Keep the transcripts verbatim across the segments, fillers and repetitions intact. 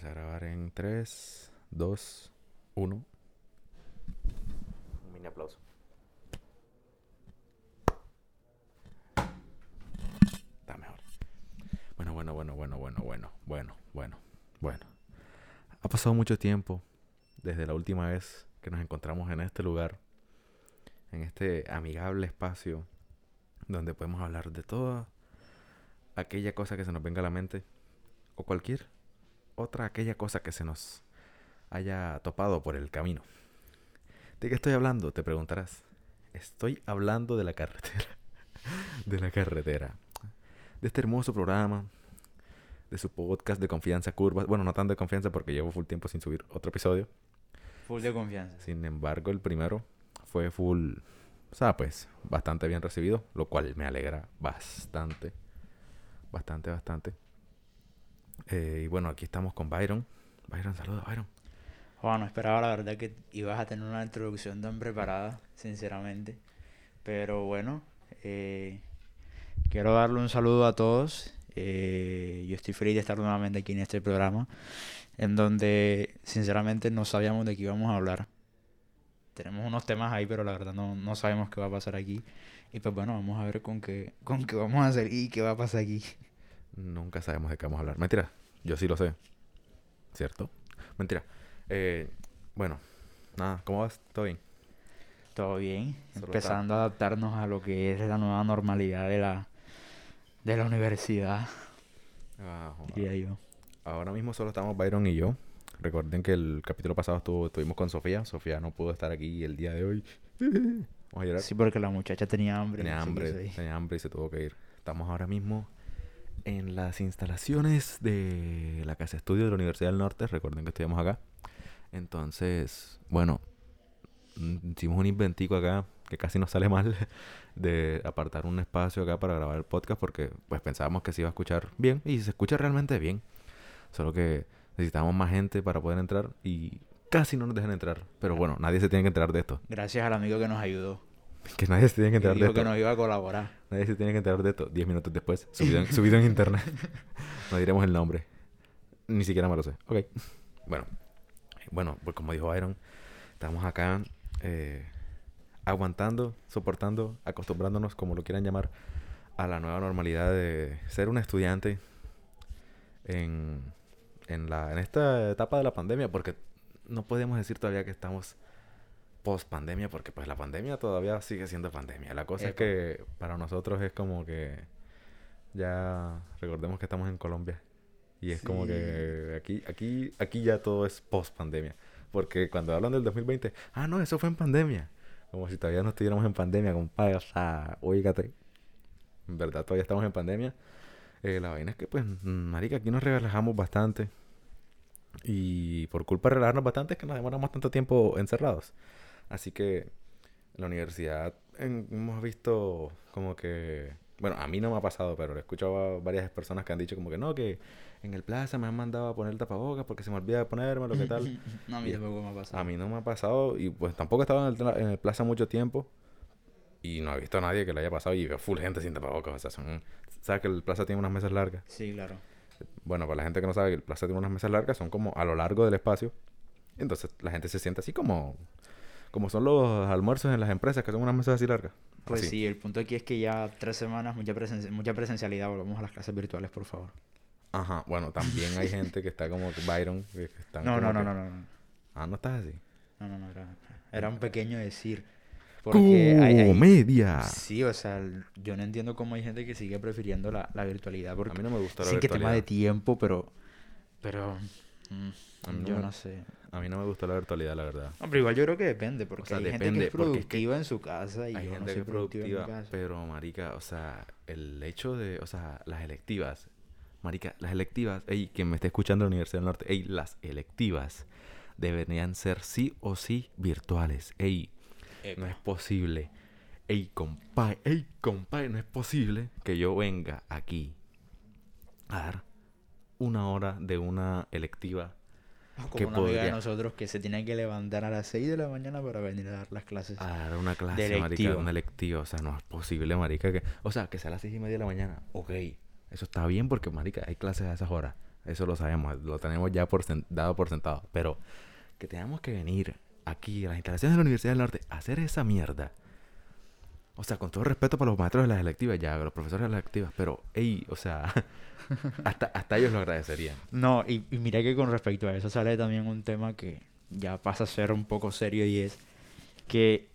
empezar a grabar en tres, dos, uno. Un mini aplauso. Está mejor. Bueno, bueno, bueno, bueno, bueno, bueno, bueno, bueno, bueno. Ha pasado mucho tiempo desde la última vez que nos encontramos en este lugar, en este amigable espacio donde podemos hablar de toda aquella cosa que se nos venga a la mente o cualquier otra aquella cosa que se nos haya topado por el camino. ¿De qué estoy hablando? Te preguntarás. Estoy hablando de la carretera. De la carretera. De este hermoso programa. De su podcast de confianza curvas. Bueno, no tan de confianza porque llevo full tiempo sin subir otro episodio. Full de confianza. Sin embargo, el primero fue full... O sea, pues, bastante bien recibido. Lo cual me alegra bastante. Bastante, bastante. Eh, y bueno, aquí estamos con Byron. Byron, saluda, Byron. Juan, no esperaba la verdad que ibas a tener una introducción tan preparada, sinceramente. Pero bueno, eh, quiero darle un saludo a todos. Eh, yo estoy feliz de estar nuevamente aquí en este programa, en donde sinceramente no sabíamos de qué íbamos a hablar. Tenemos unos temas ahí, pero la verdad no, no sabemos qué va a pasar aquí. Y pues bueno, vamos a ver con qué, con qué vamos a hacer y qué va a pasar aquí. Nunca sabemos de qué vamos a hablar. Mentira, yo sí lo sé. ¿Cierto? Mentira. Eh, bueno, nada, ¿cómo vas? ¿Todo bien? Todo bien, Solo empezando a adaptarnos a lo que es la nueva normalidad de la, de la universidad, Ah, joder. diría yo. Ahora mismo solo estamos Byron y yo. Recuerden que el capítulo pasado estuvo, estuvimos con Sofía. Sofía no pudo estar aquí el día de hoy. Vamos a llorar. Sí, porque la muchacha tenía hambre. Tenía así que hambre, soy- tenía hambre y se tuvo que ir. Estamos ahora mismo en las instalaciones de la Casa Estudio de la Universidad del Norte. Recuerden que estudiamos acá. Entonces, bueno, mm, hicimos un inventico acá que casi nos sale mal de apartar un espacio acá para grabar el podcast porque pues pensábamos que se iba a escuchar bien y se escucha realmente bien. Solo que necesitábamos más gente para poder entrar y casi no nos dejan entrar. Pero bueno, nadie se tiene que enterar de esto. Gracias al amigo que nos ayudó. Que nadie se tiene que Y enterar de dijo esto. que nos iba a colaborar. Nadie se tiene que enterar de esto. Diez minutos después, subido en, subido en internet. No diremos el nombre. Ni siquiera me lo sé. Ok. Bueno. Bueno, pues como dijo Byron, estamos acá eh, aguantando, soportando, acostumbrándonos, como lo quieran llamar, a la nueva normalidad de ser un estudiante en, en, la, en esta etapa de la pandemia, porque no podemos decir todavía que estamos post pandemia, porque pues la pandemia todavía sigue siendo pandemia. La cosa es Epa. que para nosotros es como que ya recordemos que estamos en Colombia y es como Sí. que aquí aquí aquí ya todo es post pandemia, porque cuando hablan del dos mil veinte, ah no, eso fue en pandemia, como si todavía no estuviéramos en pandemia, compadre. O sea, oígate, en verdad todavía estamos en pandemia. Eh, la vaina es que pues, marica, aquí nos relajamos bastante y por culpa de relajarnos bastante es que nos demoramos tanto tiempo encerrados. Así que en la universidad en- hemos visto como que... Bueno, a mí no me ha pasado, pero he escuchado a varias personas que han dicho como que no, que en el plaza me han mandado a poner tapabocas porque se me olvida de ponerme, lo que tal. No, a mí Y tampoco me ha pasado. a mí no me ha pasado y pues tampoco he estado en el, tra- en el plaza mucho tiempo y no he visto a nadie que le haya pasado y veo full gente sin tapabocas. O sea, son... ¿Sabes que el plaza tiene unas mesas largas? Sí, claro. Bueno, para la gente que no sabe, que el plaza tiene unas mesas largas, son como a lo largo del espacio. Entonces la gente se sienta así como... Como son los almuerzos en las empresas, que son unas mesas así largas. Pues Así. sí, el punto aquí es que ya tres semanas, mucha, presen- mucha presencialidad. Volvamos a las clases virtuales, por favor. Ajá, bueno, también hay gente que está como Byron, que están No, como no, no, que- no, no, no. Ah, no estás así. No, no, no, era, era un pequeño decir. Porque hay, hay- ¡Comedia! Sí, o sea, el- yo no entiendo cómo hay gente que sigue prefiriendo la, la virtualidad. A Porque mí no me gusta la dicen que tema de virtualidad. tiempo, pero... Pero... mm, A mí no yo me- no sé. A mí no me gusta la virtualidad, la verdad. No, pero igual yo creo que depende, porque O sea, hay gente depende, que es porque es que productiva en su casa y Hay yo no gente soy que es productivo en mi productiva, casa. pero marica, o sea, el hecho de, o sea, las electivas, marica, las electivas, ey, quien me esté escuchando en la Universidad del Norte, ey, las electivas deberían ser sí o sí virtuales, ey, no es posible, ey, compadre, ey, compadre, no es posible que yo venga aquí a dar una hora de una electiva. O que como una amiga de podría- nosotros que se tiene que levantar a las seis de la mañana para venir a dar las clases. A dar una clase, De marica, electiva. una electiva. O sea, no es posible, marica, que... O sea, que sea a las seis y media de la mañana. Ok, eso está bien porque, marica, hay clases a esas horas. Eso lo sabemos, lo tenemos ya por sen- dado por sentado. Pero que tengamos que venir aquí a las instalaciones de la Universidad del Norte a hacer esa mierda. O sea, con todo respeto para los maestros de las electivas, ya, los profesores de las electivas, pero, ey, o sea, hasta, hasta ellos lo agradecerían. No, y, y mira que con respecto a eso sale también un tema que ya pasa a ser un poco serio y es que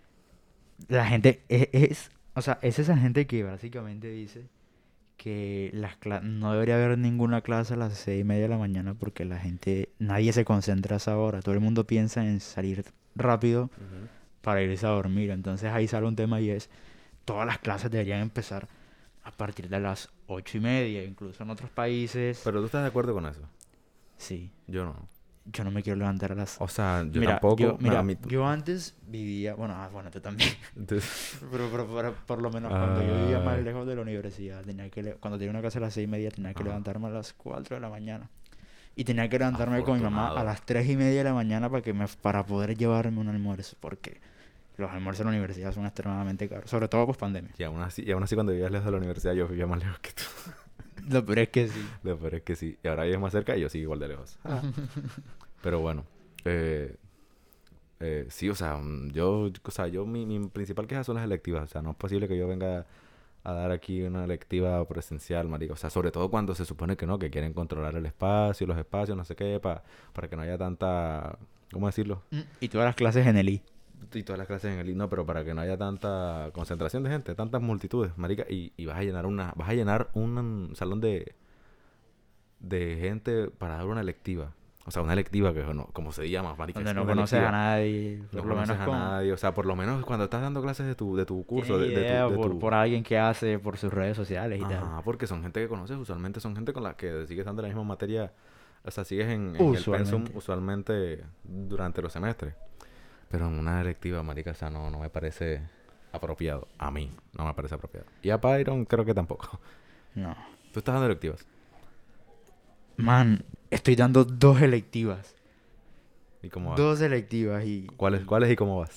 la gente es, es- o sea, es esa gente que básicamente dice que las cla- no debería haber ninguna clase a las seis y media de la mañana porque la gente, nadie se concentra a esa hora, todo el mundo piensa en salir rápido Ujú. para irse a dormir, entonces ahí sale un tema y es, todas las clases deberían empezar a partir de las ocho y media, incluso en otros países, Pero tú estás de acuerdo con eso. sí, Yo no. yo no me quiero levantar a las... O sea, yo Mira, tampoco. yo, no, mira, a mí- yo antes vivía, bueno, ah, bueno, tú también. Entonces, Pero, pero, pero por lo menos cuando yo vivía más ay. lejos de la universidad, tenía que le- cuando tenía una clase a las seis y media, tenía que Ajá. levantarme a las cuatro de la mañana. Y tenía que levantarme con mi mamá a Afortunado. las tres y media de la mañana para, que me, para poder llevarme un almuerzo, porque los almuerzos en la universidad son extremadamente caros, sobre todo post pandemia. Y aún así, y aún así cuando vivías lejos de la universidad, yo vivía más lejos que tú. Lo peor es que sí. Lo peor es que sí. Y ahora vives más cerca y yo sigo igual de lejos. Pero bueno, eh, eh, sí, o sea, mm, yo, o sea, yo, mi, mi principal queja son las electivas. O sea, no es posible que yo venga a dar aquí una electiva presencial, marico. O sea, sobre todo cuando se supone que no, que quieren controlar el espacio, los espacios, no sé qué, pa- para que no haya tanta, ¿cómo decirlo? Mm, Y todas las clases en el I. Y todas las clases en el I, no, pero para que no haya tanta concentración de gente, tantas multitudes, marica, y, y vas a llenar una, vas a llenar un salón de, de gente para dar una electiva. O sea, una electiva que, bueno, como se llama, marica, Donde es no una conoces a electiva. nadie, No por lo conoces menos a con... nadie, o sea, por lo menos cuando estás dando clases de tu, de tu curso, de, Tienes de idea tu, de por, tu... por alguien que hace por sus redes sociales y tal. Ajá, porque son gente que conoces, usualmente son gente con la que sigues dando la misma materia, o sea, sigues en, en el pensum Usualmente. usualmente durante los semestres. Pero en una electiva, marica, o sea, no, no me parece apropiado. A mí no me parece apropiado. Y a Byron creo que tampoco. No. ¿Tú estás dando electivas? Man, estoy dando dos electivas. ¿Y cómo vas? Dos electivas y... ¿Cuáles, y cuáles y cómo vas?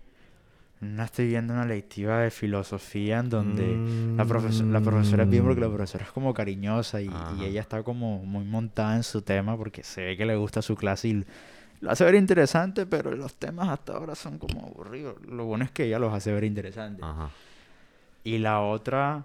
no estoy viendo una electiva de filosofía en donde Mm. la, profes- la profesora es bien porque la profesora es como cariñosa y, y Ajá. ella está como muy montada en su tema porque se ve que le gusta su clase y lo hace ver interesante, pero los temas hasta ahora son como aburridos. Lo bueno es que ella los hace ver interesantes. Ajá. Y la otra...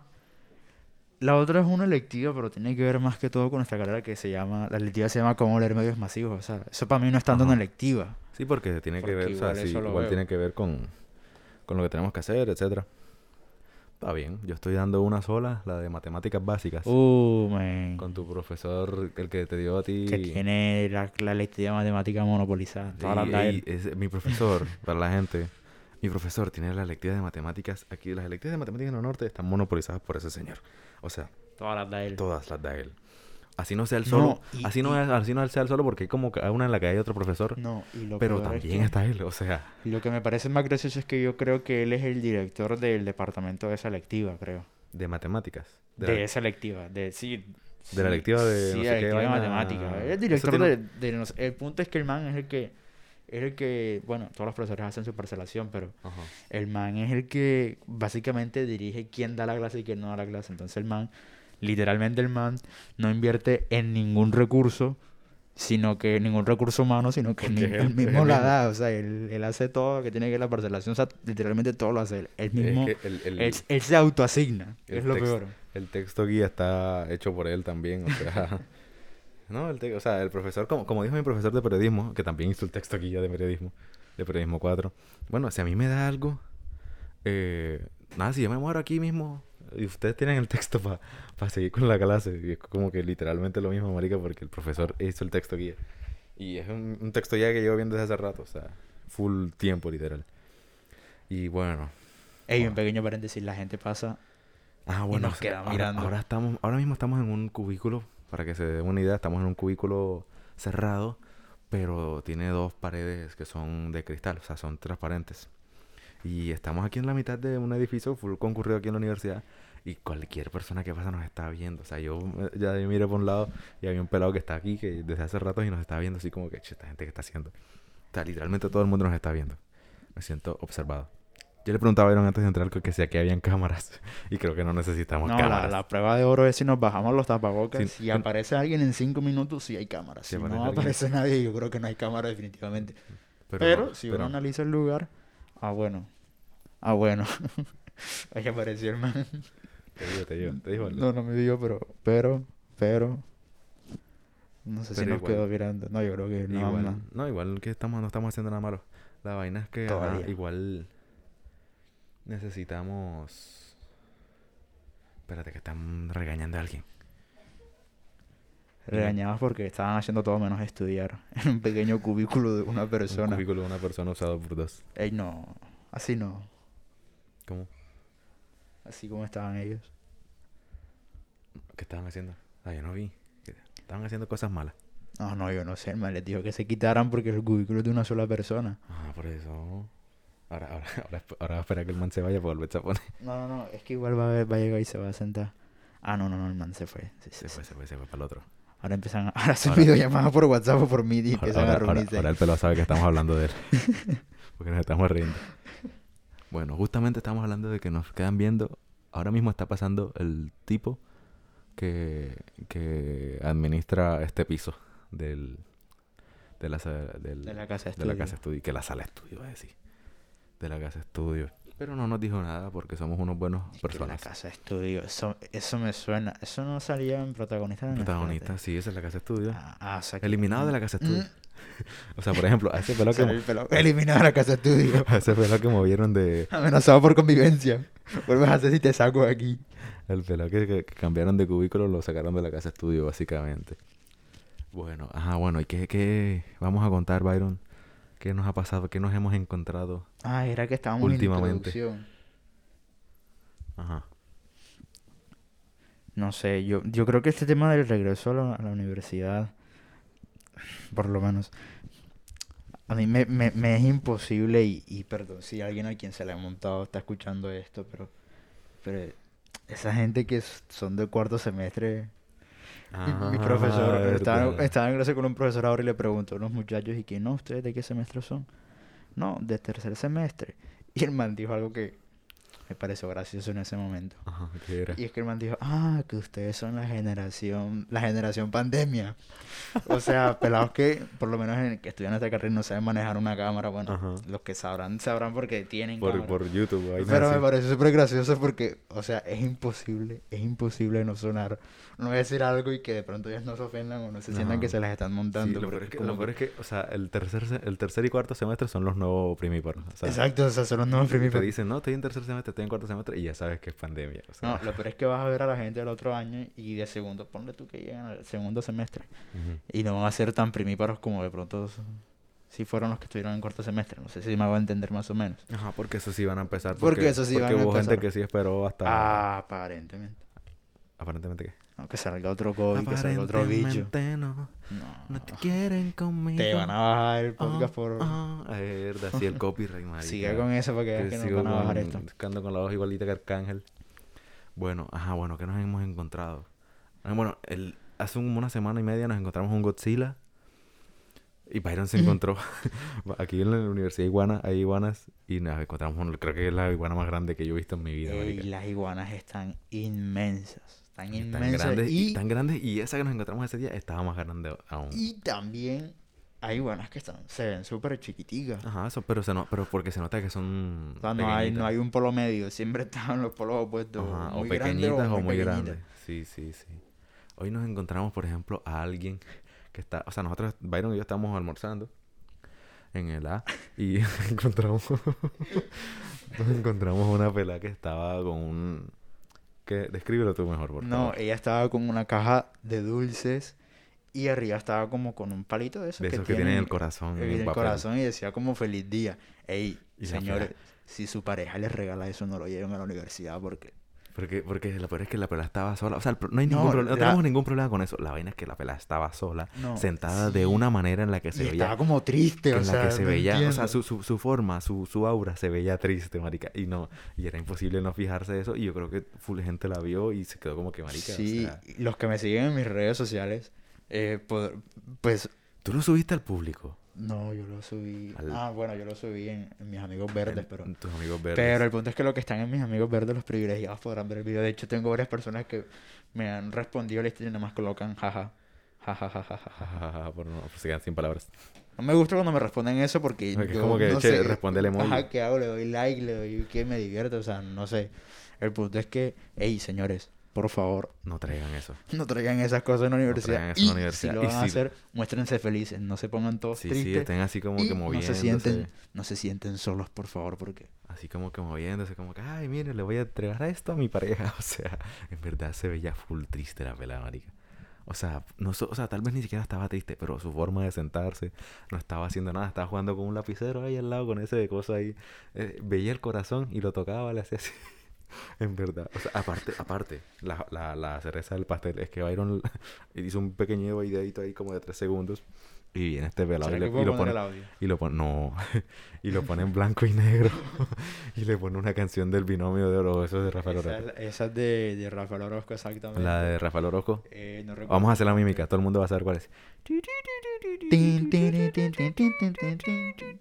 La otra es una electiva, pero tiene que ver más que todo con nuestra carrera que se llama... La electiva se llama Cómo leer medios masivos. O sea, eso para mí no es tanto Ajá. una electiva. Sí, porque tiene que Porque ver, o sea, igual sí, eso lo igual veo. tiene que ver con, con lo que tenemos que hacer, etcétera. Está bien, yo estoy dando una sola, la de matemáticas básicas, Uh, man. con tu profesor, el que te dio a ti. Que tiene la, la electiva de matemática monopolizada. Y- Todas las da y él. es mi profesor, para la gente. Mi profesor tiene las electivas de matemáticas aquí. Las electivas de matemáticas en el norte están monopolizadas por ese señor. O sea, Todas las da él. todas las da él. Así no sea el No, solo. y- así, no y- es, así no sea el solo porque hay como que hay una en la que hay otro profesor. No, y lo Pero peor es también que- está él. O sea, y lo que me parece más gracioso es que yo creo que él es el director del departamento de esa electiva, creo. de matemáticas. De, De la- esa electiva. De, sí, De la sí, electiva de Sí, no de sé la qué electiva de vaina. matemática. Él es Eso director tiene- de... de no sé, el punto es que el man es el que... Es el que... Bueno, todos los profesores hacen su parcelación, pero... Ajá. El man es el que básicamente dirige quién da la clase y quién no da la clase. Entonces el man, literalmente el man, no invierte en ningún recurso, sino que ningún recurso humano, sino que Porque ni- es él el- es mismo el la mismo. da. O sea, él, él hace todo lo que tiene que ver la parcelación. O sea, literalmente todo lo hace él. Él mismo, Es que el, el- él, él se autoasigna. el Es lo text- peor. el texto guía está hecho por él también. O sea, no, el te- o sea, el profesor, como, como dijo mi profesor de periodismo, que también hizo el texto guía de periodismo, de periodismo cuatro. Bueno, si a mí me da algo, eh, nada, si yo me muero aquí mismo y ustedes tienen el texto para seguir con la clase, y es como que literalmente lo mismo, marica, porque el profesor hizo el texto guía. Y es un, un texto guía que llevo viendo desde hace rato, o sea, full tiempo, literal. Y bueno. Ey, bueno. un pequeño paréntesis, la gente pasa... Ah, bueno, nos o sea, queda ahora, mirando. ahora estamos, ahora mismo estamos en un cubículo, para que se den una idea, estamos en un cubículo cerrado, pero tiene dos paredes que son de cristal, o sea, son transparentes. Y estamos aquí en la mitad de un edificio full concurrido aquí en la universidad y cualquier persona que pasa nos está viendo. O sea, yo eh, ya miré por un lado y había un pelado que está aquí que desde hace rato y nos está viendo así como que, "Che, esta gente que está haciendo." O sea, literalmente todo el mundo nos está viendo. Me siento observado. Yo le preguntaba a Iron antes de entrar que, que si aquí habían cámaras. Y creo que no necesitamos No, la, cámaras. la prueba de oro es si nos bajamos los tapabocas. Sí, Si un- aparece alguien en cinco minutos, sí hay cámaras. Si Si aparece no alguien- aparece nadie, yo creo que no hay cámara definitivamente. Pero, Pero no, si pero- uno analiza el lugar, ah, bueno. Ah, bueno. Ahí apareció el man. Te digo, te digo, te digo algo. No, no me digo, pero, pero, pero. No sé si Pero nos igual. quedó mirando. No, yo creo que no. Igual, no. no, igual que estamos, no estamos haciendo nada malo. La vaina es que ajá, Todavía. igual necesitamos... Espérate, que están regañando a alguien. Regañados porque estaban haciendo todo menos estudiar en un pequeño cubículo de una Un persona. cubículo de una persona usado por dos. Ey, no. Así no. ¿Cómo? Así como estaban ellos. ¿Qué estaban haciendo? Ah, yo no vi. Que Estaban haciendo cosas malas. No, no, yo no sé, el man les dijo que se quitaran porque el cubículo es de una sola persona. Ah, por eso. Ahora, ahora, ahora, esp- ahora va a esperar que el man se vaya para volverse a poner. No, no, no, es que igual va a, va a llegar y se va a sentar. Ah, no, no, no, el man se fue. Sí, sí, Se sí. fue, se fue, se fue para el otro. Ahora empiezan a ahora hacen Ahora- videollamadas por WhatsApp o por Meet y Ahora, empiezan ahora- a ahora- reunirse. ahora el pelado sabe que estamos hablando de él. Porque nos estamos riendo. Bueno, justamente estamos hablando de que nos quedan viendo. Ahora mismo está pasando el tipo que, que administra este piso del, de, la, sa- del- De la casa de de la estudio. casa estudio. Que la sala estudio, voy a decir. De la casa estudio. Pero no nos dijo nada porque somos unos buenos Es que personas. la casa de estudio, eso, eso me suena. Eso no salía en protagonistas de Protagonistas, sí, esa es la casa estudio. Ah, ah, o sea que- Eliminado de la casa estudio. Mm. O sea, por ejemplo, a ese pelo O sea, que, el pelo- eliminado de la casa de estudio. a ese pelo que movieron de... Amenazado por convivencia. Vuelves a hacer si te saco de aquí. El pelado que, que- que cambiaron de cubículo lo sacaron de la casa estudio, básicamente. Bueno, ajá, bueno, ¿y qué, qué vamos a contar, Byron? ¿Qué nos ha pasado? ¿Qué nos hemos encontrado? Ah, era que estábamos Últimamente. en introducción. Ajá. No sé, yo, yo creo que este tema del regreso a la, a la universidad, por lo menos, a mí me, me, me es imposible y, y perdón si alguien a quien se le ha montado está escuchando esto, pero, pero esa gente que s- son de cuarto semestre, mi, mi Ah, profesor, estaba, verdad. estaba en clase con un profesor ahora y le preguntó a unos muchachos y que no, ¿ustedes de qué semestre son? No, de tercer semestre. Y el man dijo algo que me pareció gracioso en ese momento. Ajá, ¿qué era? Y es que el man dijo, ah, que ustedes son la generación, la generación pandemia. O sea, pelados que, por lo menos en, que estudian esta carrera y no saben manejar una cámara. Bueno, Ajá. los que sabrán, sabrán porque tienen Por, cámara. por YouTube. Ahí Pero nací. me parece súper gracioso porque, o sea, es imposible, es imposible no sonar. No voy a decir algo y que de pronto ellos no se ofendan o no se sientan Ajá. que se las están Sí, montando. lo peor porque es que, como lo peor que- es que, o sea, el tercer, se- el tercer y cuarto semestre son los nuevos primíparos. O sea, Exacto, o sea, son los nuevos te primíparos. dicen, no, estoy en tercer semestre, estoy en cuarto semestre, y ya sabes que es pandemia. O sea, No, lo peor es que vas a ver a la gente del otro año y de segundo, ponle tú que llegan al segundo semestre. ujú. Y no van a ser tan primíparos como de pronto s- si fueron los que estuvieron en cuarto semestre. No sé si me hago a entender más o menos. Ajá, porque eso sí van a empezar. Porque Porque, eso sí porque van a hubo gente empezar. que sí esperó hasta... Ah, aparentemente. Aparentemente, ¿qué? No, que salga otro COVID, que salga otro bicho. Aparentemente no, No. no te quieren conmigo. Te van a bajar el Ah, podcast por... ah, es verdad, sí, el copyright, marica. Sigue con eso para que veas Que que nos sigo van a bajar con- esto. buscando con la voz igualita que Arcángel. Bueno, ajá, bueno, ¿qué nos hemos encontrado? Ah, bueno, el, hace un- una semana y media nos encontramos un Godzilla. Y Byron se encontró aquí en la Universidad de Iguana, hay iguanas. Y nos encontramos, uno, creo que es la iguana más grande que yo he visto en mi vida, Ey, marica. las iguanas están inmensas. Están Tan inmensas. grandes, y, y tan grandes. Y esa que nos encontramos ese día estaba más grande aún. y también hay iguanas que están, se ven súper chiquiticas. Ajá, eso, pero, se no, pero porque se nota que son O sea, no hay, pequeñitas. no hay un polo medio. Siempre están los polos opuestos. Ajá, o muy grandes pequeñitas o muy pequeñitas. grandes. Sí, sí, sí. Hoy nos encontramos, por ejemplo, a alguien que está... O sea, nosotros, Byron y yo estábamos almorzando en el A y encontramos... nos encontramos una pelada que estaba con un... ¿Qué? Descríbelo tú mejor, por No, favor. ella estaba con una caja de dulces y arriba estaba como con un palito de esos De que esos que tienen tienen el corazón en en el papel. corazón y decía como feliz día. Ey, Y la señores, fea. si su pareja les regala eso, no lo lleven a la universidad porque... Porque, porque lo peor es que la pelada estaba sola. O sea, el pro- no hay No, ningún problema. No la- tenemos ningún problema con eso. La vaina es que la pelada estaba sola, No, sentada de sí. una manera en la que se Y veía... estaba como triste, que o en la sea, que se no veía, o sea, entiendo. su, su, su forma, su, su aura se veía triste, marica, y no, y era imposible no fijarse de eso, y yo creo que full gente la vio y se quedó como que marica, Sí, o sea, los que me siguen en mis redes sociales, eh, pod- pues tú lo subiste al público. No, yo lo subí. Al- Ah, bueno, yo lo subí en, en mis amigos verdes, En- pero. en tus amigos verdes. Pero el punto es que los que están en mis amigos verdes, los privilegiados, podrán ver el video. De hecho, tengo varias personas que me han respondido la historia y nada más colocan jaja. Jaja, jaja, jaja. Jajaja, por no, por se quedan sin palabras. No me gusta cuando me responden eso porque Porque es yo como que, no che, sé. responde el emoji. Ajá, ¿qué hago? Le doy like, le doy que me divierto, o sea, no sé. El punto es que, hey, señores, por favor, No traigan eso. no traigan esas cosas en la universidad. traigan eso en la Y universidad. si lo Y van a si- hacer, muéstrense felices, no se pongan todos Sí, tristes. sí, estén así como y que no moviéndose. se sienten, no se sienten solos, por favor, porque Así como que moviéndose, como que, ay, mire, le voy a entregar esto a mi pareja. O sea, en verdad se veía full triste la pelada, marica. O sea, no, so- o sea, tal vez ni siquiera estaba triste, pero su forma de sentarse no estaba haciendo nada. Estaba jugando con un lapicero ahí al lado, con ese cosa ahí. Eh, veía el corazón y lo tocaba, le hacía así. En verdad. O sea, aparte, aparte, la, la, la cereza del pastel es que Byron hizo un pequeño videito ahí como de tres segundos. Y viene este pelado ¿será y, que le- puedo y lo poner pone, el audio? y lo pone, no, y lo pone en blanco y negro. Y le pone una canción del binomio de oro, eso es de Rafael Esa, Orozco. es- esa es de, de Rafael Orozco, exactamente. La de Rafael Orozco. Eh, no recuerdo Vamos a hacer la el nombre. mímica, todo el mundo va a saber cuál es. Tin, tin, tin, tin, tin, tin, tin, tin, tin.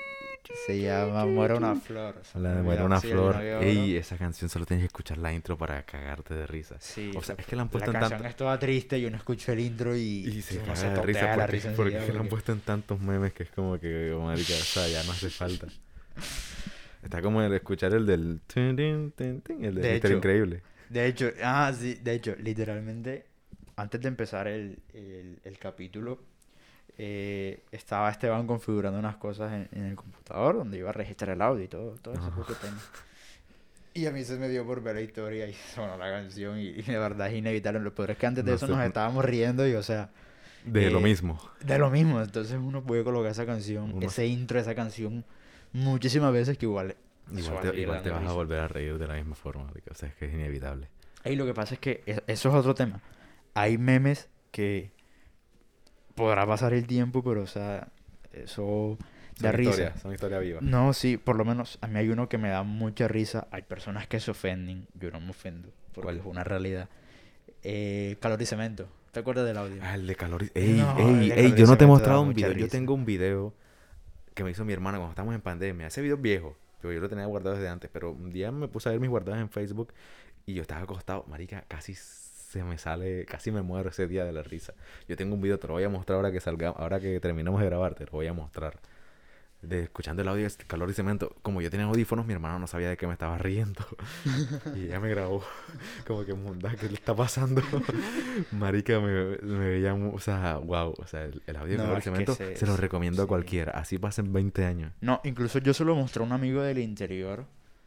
Se llama Muere una flor. Se La me de Muere olvidó, una sí, el flor. binomio de oro. Ey, esa canción solo tienes que escuchar la intro para cagarte de risa. Sí, O sea, pues, es que la han puesto la en canción tanto... es toda triste y uno escucha el intro y, Y se uno caga de totea risa la porque, risa porque enseguida, es que lo han porque- puesto en tantos memes que es como que, oh, marica, o sea, ya no hace falta. Está como el escuchar el del... tin, tin, tin, tin, el de, De Mister hecho, Increíble. De hecho, ah, sí, de hecho, literalmente, antes de empezar el, el, el capítulo, eh, estaba Esteban configurando unas cosas en, en el computador donde iba a registrar el audio y todo, todo ese Ajá. poco tema. Y a mí se me dio por ver la historia y sonó la canción y, y de verdad es inevitable. Lo peor es que antes de No eso sé, nos no- estábamos riendo y, o sea, De lo eh, mismo. de lo mismo. Entonces uno puede colocar esa canción, Uno- ese intro de esa canción muchísimas veces que igual... eso va Igual a te, seguir igual te dando vas a risa. volver a reír de la misma forma, marica. O sea, es que es inevitable. Y lo que pasa es que es- eso es otro tema. Hay memes que podrá pasar el tiempo, pero, o sea, eso da Son risa. historias, son historias vivas. No, sí, por lo menos a mí hay uno que me da mucha risa. Hay personas que se ofenden. Yo no me ofendo, porque ¿Cuál? es una realidad. Eh, calor y cemento. ¿Te acuerdas del audio? Ah, el de calor y... Ey, No, ey, el de ey, calor y yo no te he cemento da mostrado un mucha video. Yo risa. tengo un video que me hizo mi hermana cuando estábamos en pandemia. Ese video es viejo, pero yo lo tenía guardado desde antes. Pero un día me puse a ver mis guardados en Facebook y yo estaba acostado. Marica, casi se me sale... Casi me muero ese día de la risa. Yo tengo un video, te lo voy a mostrar ahora que salga, ahora que terminemos de grabar, te lo voy a mostrar. De escuchando el audio de calor y cemento. Como yo tenía audífonos, mi hermano no sabía de qué me estaba riendo. Y ella me grabó. Como que, munda, ¿qué le está pasando? Marica, me, me veía... mu- O sea, wow. O sea, el, el audio de No, calor y es que cemento se- se lo recomiendo a sí. cualquiera. Así pasen veinte años. No, incluso yo se lo mostré a un amigo del interior.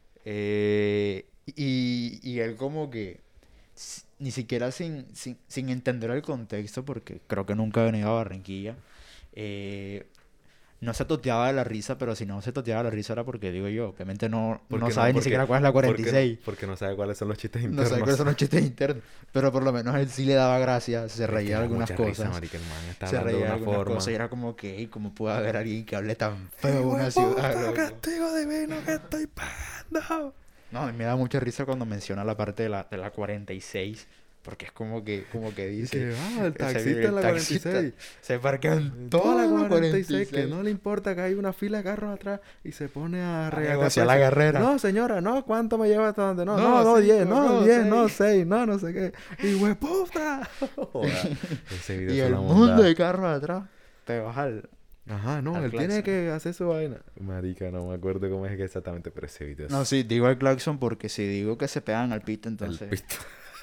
eh, y, y él como que s- ni siquiera sin, sin, sin entender el contexto, porque creo que nunca ha venido a Barranquilla, eh, no se toteaba de la risa, pero si no se toteaba de la risa era porque, digo yo, obviamente no, ¿Por no qué sabe ni Porque- siquiera cuál es la cuarenta y porque no- seis. Porque no sabe cuáles son los chistes No internos. sabe cuáles son los chistes internos. Pero por lo menos él sí le daba gracia, se Es que reía de da algunas mucha risa, cosas. marica, el man está Se hablando de reía de una algunas forma. cosas y era como que, "Ey, ¿cómo puede haber alguien que hable tan feo en ¡Hijo una de ciudad, puta, loco?" castigo divino que estoy pagando! No, a mí me da mucha risa cuando menciona la parte de la, de la cuarenta y seis, porque es como que, como que Y dice... que, ah, el ese- taxista en la taxista cuarenta y seis. se parquea en Toda toda la cuarenta y seis, que no le importa que hay una fila de carros atrás y se pone a regalar negociar la carrera. No, señora, no, ¿cuánto me lleva hasta donde? No, No, no, no, cinco, diez, no, no, diez, no, seis. seis, no, no sé qué. ¡Y hueputa! Joda, ese video Y es el una mundo bondad. de carros atrás te baja al... Ajá, no, al él tiene claxon. que hacer su vaina. Marica, no me acuerdo cómo es que exactamente, pero ese video es No, sí, digo el claxon porque si digo que se pegan al pito, entonces... el pito.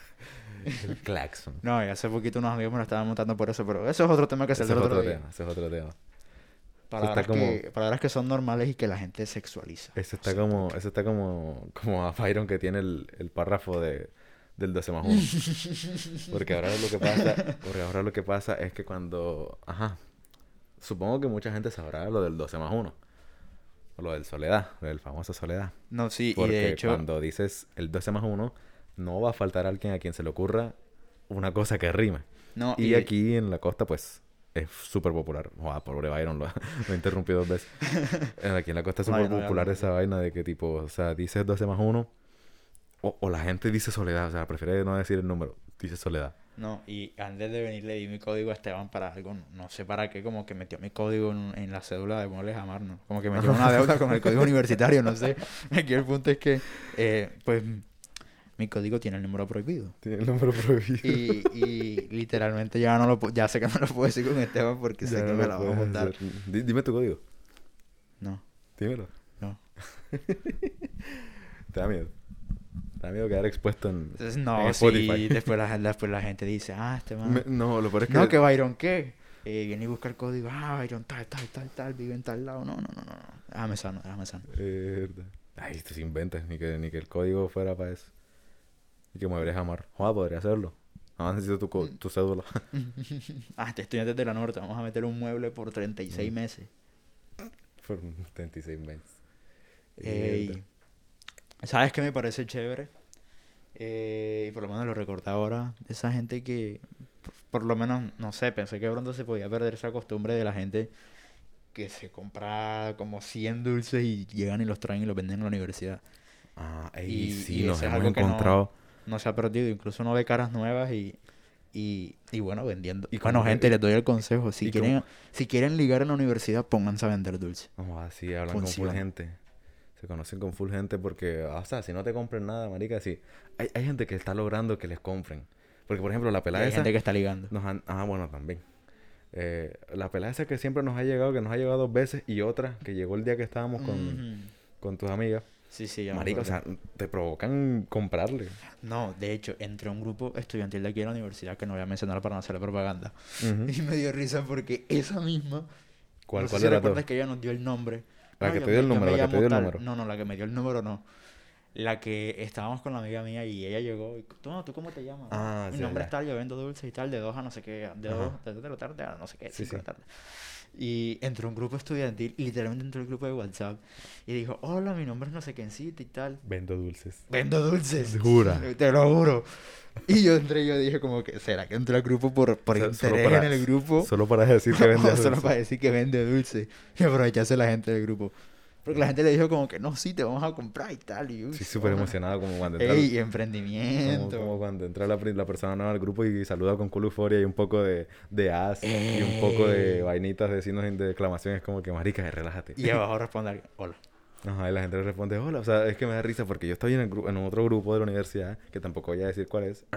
El claxon. No, y hace poquito unos amigos me lo estaban montando por eso, pero eso es otro tema que Ese es saldrá otro otro día. tema, ese es otro tema. Palabras, está como- que, palabras que son normales y que la gente sexualiza. Eso está Sí. como, eso está como, como a Byron que tiene el, el párrafo de, del doce más uno. Porque ahora lo que pasa, porque ahora lo que pasa es que cuando, ajá, supongo que mucha gente sabrá lo del doce más uno. O lo del soledad, lo del famoso soledad. No, sí, y Porque de hecho... cuando dices el doce más uno, no va a faltar alguien a quien se le ocurra una cosa que rime. No, Y de- aquí en la costa, pues, es súper popular. Joder, pobre Byron, lo, lo he interrumpido dos veces. Eh, Aquí en la costa es No, súper yo no voy a popular hablar. esa vaina de que, tipo, o sea, dices doce más uno, o, o la gente dice soledad, o sea, prefiere no decir el número, dice soledad. No, y antes de venir le di mi código a Esteban para algo, no, no sé para qué, como que metió mi código en, en la cédula de Muebles Amar, ¿no? Como que metió una deuda con el código universitario, no sé. Aquí el punto es que, eh, pues, mi código tiene el número prohibido. Tiene el número prohibido. Y, y literalmente ya no lo pu- ya sé que no lo puedo decir con Esteban porque Ya sé que no me lo la va a puedes montar. hacer. Di- Dime tu código. No, Dímelo. no. ¿Te da miedo? ¿Te da miedo quedar expuesto en, Entonces, en no, Spotify? sí, después la, después la gente dice, ah, este man... Me- no, lo peor es que... No, que Byron, ¿qué? Eh, viene y busca el código, ah, Byron, tal, tal, tal, tal, vive en tal lado. No, no, no, no, no. Déjame sano, déjame sano. Eh, verdad. Ay, esto se inventa. Ni que, ni que el código fuera para eso. Y que Muebles Amar. Joder, podría hacerlo. Nada más necesito tu, co- tu cédula. Ah, este estudiante de la Norte, vamos a meter un mueble por treinta y seis Mm. meses. Por treinta y seis meses. Ey, Mierda. ¿sabes qué me parece chévere? Eh, y por lo menos lo recordé ahora, esa gente que, por, por lo menos, no sé, pensé que pronto se podía perder esa costumbre de la gente que se compra como cien dulces y llegan y los traen y los venden en la universidad. Ah, ey, Y, sí, y nos eso es hemos algo que no, encontrado. no se ha perdido, incluso uno ve caras nuevas y, y, y bueno, vendiendo. Y Bueno, como que- gente, les doy el consejo, si y como- quieren, si quieren ligar en la universidad, pónganse a vender dulces. Vamos así, hablan con full Funciona. gente. Se conocen con full gente porque, ah, o sea, si no te compren nada, marica, sí. Hay, hay gente que está logrando que les compren. Porque, por ejemplo, la Y pelada hay esa gente que está ligando. nos han... Ah, bueno, también. Eh, la pelada esa que siempre nos ha llegado, que nos ha llegado dos veces, y otra que llegó el día que estábamos con, Ujú. con tus amigas. Sí, sí, ya me Marica, o acuerdo. sea, te provocan comprarle. No, de hecho, entré a un grupo estudiantil de aquí en la universidad que no voy a mencionar para no hacerle propaganda. Ujú. Y me dio risa porque esa misma, ¿Cuál, no sé cuál si era recuerdas todo? que ella nos dio el nombre. La No, que yo te dio me, el yo número, me la que te llamo dio el tal. número. No, no, la que me dio el número no. La que estábamos con la amiga mía y ella llegó y, tú, no, ¿tú cómo te llamas? Ah, Mi sí, nombre ya. es tal, yo vendo dulces y tal, de dos a no sé qué, de Ajá. dos, de dos de la tarde a no sé qué, Sí, cinco de sí. la tarde. Y entró un grupo estudiantil, y literalmente entró el grupo de WhatsApp y dijo, hola, mi nombre es no sé quiéncito y tal. Vendo dulces. Vendo dulces. Jura. Te lo juro. Y yo entré y yo dije como que, ¿será que entré al grupo por, por O sea, solo interés para- en el grupo? Solo para decir que vende O solo dulces. para decir que vende dulce. Y aprovecharse la gente del grupo. Porque la gente le dijo como que, no, sí, te vamos a comprar y tal. Y, uy, Sí, súper bueno. emocionado como cuando entra, Ey, el- como, emprendimiento. como cuando entra la, pri- la persona nueva al grupo y saluda con culo euforia y un poco de, de as y un poco de Ey. vainitas de signos de exclamación. Es como que, marica, relájate. Y abajo responde alguien, hola. Ajá, y la gente le responde, hola. O sea, es que me da risa porque yo estoy en, el gru- en otro grupo de la universidad, que tampoco voy a decir cuál es,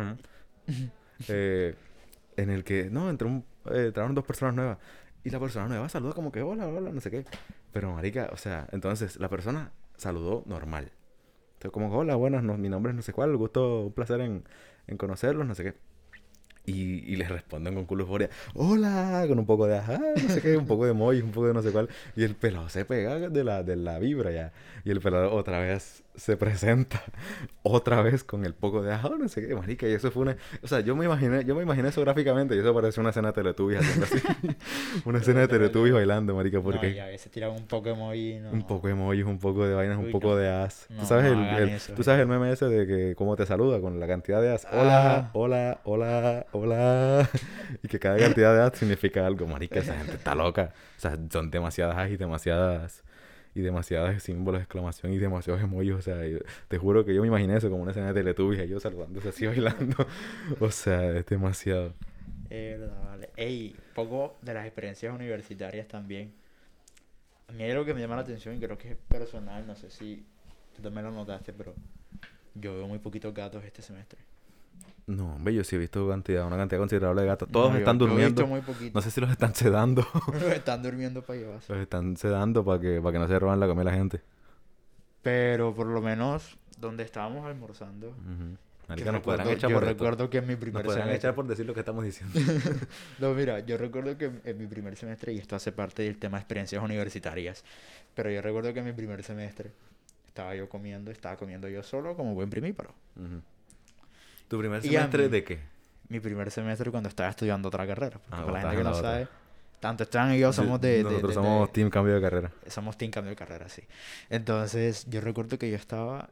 eh, en el que, no, entró un, eh, entraron dos personas nuevas. Y la persona nueva saluda como que, hola, hola, no sé qué. Pero, marica, o sea, entonces la persona saludó normal. Entonces, como, hola, buenas, no, mi nombre es no sé cuál, gusto, un placer en, en conocerlos, no sé qué. Y, y les responden con culo de euforia, hola, con un poco de ajá, no sé qué, un poco de emoji, un poco de no sé cuál. Y el pelado se pega de la, de la vibra ya. Y el pelado otra vez se presenta, otra vez con el poco de ajá, no sé qué, marica. Y eso fue una... O sea, yo me imaginé, yo me imaginé eso gráficamente y eso pareció una escena de Teletubbies haciendo así. Una escena de Teletubbies bailando, marica, No, porque... y a veces tiran un poco emoji, no. Un poco de emojis, un poco de vainas, un Uy, poco no. de as. ¿Tú No, sabes, no el, hagan el- eso, tú sabes el gente. meme ese de que cómo te saluda con la cantidad de as? Hola, Ah. hola, hola, hola. Y que cada cantidad de as significa algo. Marica, esa gente está loca. O sea, son demasiadas as y demasiadas... Y demasiadas símbolos de exclamación y demasiados emojis. O sea, yo- te juro que yo me imaginé eso como una escena de Teletubbies. Ellos saludándose así, bailando. O sea, es demasiado. Es verdad, vale. Ey, poco de las experiencias universitarias también. A mí hay algo que me llama la atención y creo que es personal, no sé si tú también lo notaste, pero yo veo muy poquitos gatos este semestre. No, hombre, yo sí he visto cantidad, una cantidad considerable de gatos. Todos No, yo- están yo he durmiendo. visto muy poquitos. No sé si los están sedando. Están durmiendo para llevarse. Los están sedando para que, para que no se roban la comida a la gente. Pero por lo menos donde estábamos almorzando, Ujú. yo Marica, nos podrán recuerdo, echar yo por esto. recuerdo que en mi Nos primer podrán semestre... echar por decir lo que estamos diciendo. No, mira, yo recuerdo que en- en mi primer semestre, y esto hace parte del tema de experiencias universitarias, pero yo recuerdo que en mi primer semestre estaba yo comiendo, estaba comiendo yo solo como buen primíparo. Ujú. ¿Tu primer Y a semestre mí- de qué? Mi primer semestre cuando estaba estudiando otra carrera, porque Ah, para vos la estabas gente que en no la otra. sabe, tanto Esteban y yo somos de... de- Nosotros de- somos de- team cambio de carrera. somos team cambio de carrera, sí. Entonces, yo recuerdo que yo estaba...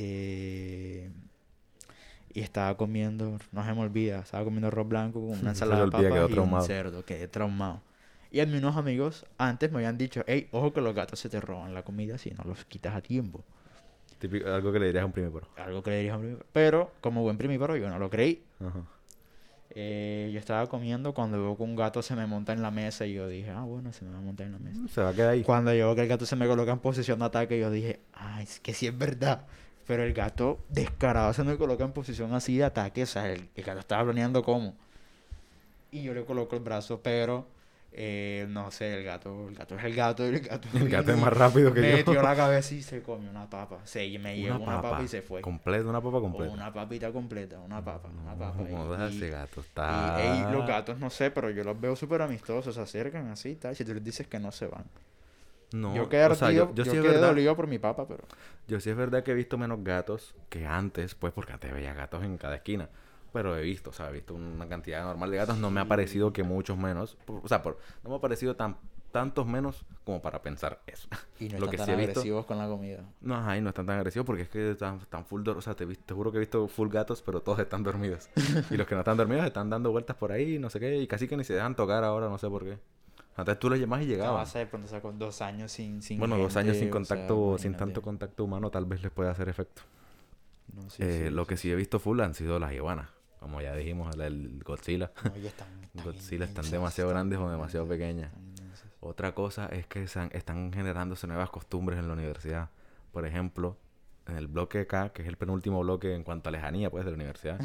eh, y estaba comiendo, no se me olvida, estaba comiendo arroz blanco con Se una le ensalada de olvida, quedó papas y un traumado. cerdo, quedé traumado. Y a mí unos amigos antes me habían dicho, hey, ojo que los gatos se te roban la comida si no los quitas a tiempo. Típico- algo que le dirías a un primíparo. Algo que le diría a un primíparo. Pero, como buen primíparo, yo no lo creí. Ajá. Eh, yo estaba comiendo cuando veo que un gato se me monta en la mesa y yo dije, ah, bueno, se me va a montar en la mesa. Se va a quedar ahí. Cuando yo veo que el gato se me coloca en posición de ataque, yo dije, ah, es que sí es verdad. Pero el gato descarado se me coloca en posición así de ataque, o sea, el, el gato estaba planeando cómo. Y yo le coloco el brazo, pero eh, no sé, el gato, el gato es el gato, y el gato, El gato es vino más y rápido que yo. metió la cabeza y se comió una papa. Se me llevó Una una papa, papa. y se fue. Completa, una papa O completa. una papita completa, una papa, una papa. No, Y, jodas, y- ese gato y, está... ey, los gatos no sé, pero yo los veo súper amistosos, se acercan así y tal. Si tú les dices que no se van. No, yo quedé o sea, yo, ardido, yo yo sí es quedé verdad, dolido por mi papa, pero... yo sí es verdad que he visto menos gatos que antes, pues porque antes veía gatos en cada esquina. Pero he visto, o sea, he visto una cantidad normal de gatos. No me ha parecido que muchos menos. por- O sea, por, no me ha parecido tan, tantos menos como para pensar eso. Y no Lo están que tan sí he visto- agresivos con la comida. No, ajá, y no están tan agresivos porque es que están, están full... dor- O sea, te, vi- te juro que he visto full gatos, pero todos están dormidos. Y los que no están dormidos están dando vueltas por ahí, no sé qué. Y casi que ni se dejan tocar ahora, no sé por qué. Antes tú los llamas y ¿Qué llegaban. vas a hacer? Pronto sacó dos años sin, sin Bueno, dos años sin gente, o sea, contacto, sin imagínate. tanto contacto humano, tal vez les pueda hacer efecto. No, sí, Eh, sí, lo sí, que sí he visto full han sido las iguanas. Como ya dijimos, el, el Godzilla. No, y están, están Godzilla están inmensas, demasiado están grandes o demasiado inmensas, pequeñas. están inmensas. Otra cosa es que se han- están generándose nuevas costumbres en la universidad. Por ejemplo, en el bloque K, que es el penúltimo bloque en cuanto a lejanía, pues, de la universidad.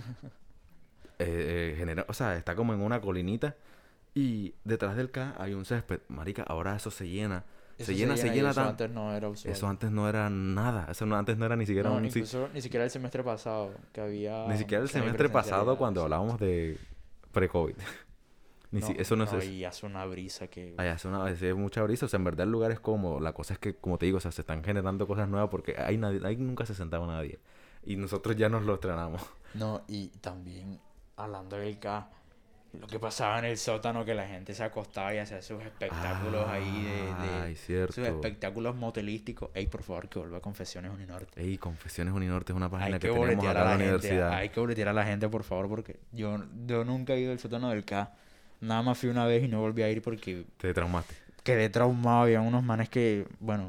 eh, eh, genera, o sea, está como en una colinita y detrás del K hay un césped. Marica, ahora eso se llena. Eso Se llena, se y llena eso tan... antes no era usual. Eso antes no era nada. Eso no, antes no era ni siquiera No, un... si- incluso ni siquiera el semestre pasado, que había Ni siquiera el semestre pasado semipresencialidad, cuando sí. hablábamos de pre-COVID. Ni si- eso no, es... y hace una brisa que... Ay, hace una hace mucha brisa. O sea, en verdad el lugar es cómodo. La cosa es que, como te digo, o sea, se están generando cosas nuevas porque ahí, nadie, ahí nunca se sentaba nadie. Y nosotros ya nos lo estrenamos. No, y también, hablando del K, lo que pasaba en el sótano, que la gente se acostaba y hacía sus espectáculos ahí de... de Ay, cierto. sus espectáculos motelísticos. Ey, por favor, que vuelva a Confesiones Uninorte. Ey, Confesiones Uninorte es una página Hay que, que tenemos boletear acá a en la la gente. universidad. Hay que boletear a la gente, por favor, porque yo, yo nunca he ido al sótano del K. Nada más fui una vez y no volví a ir porque Te traumaste. quedé traumado. Había unos manes que, bueno,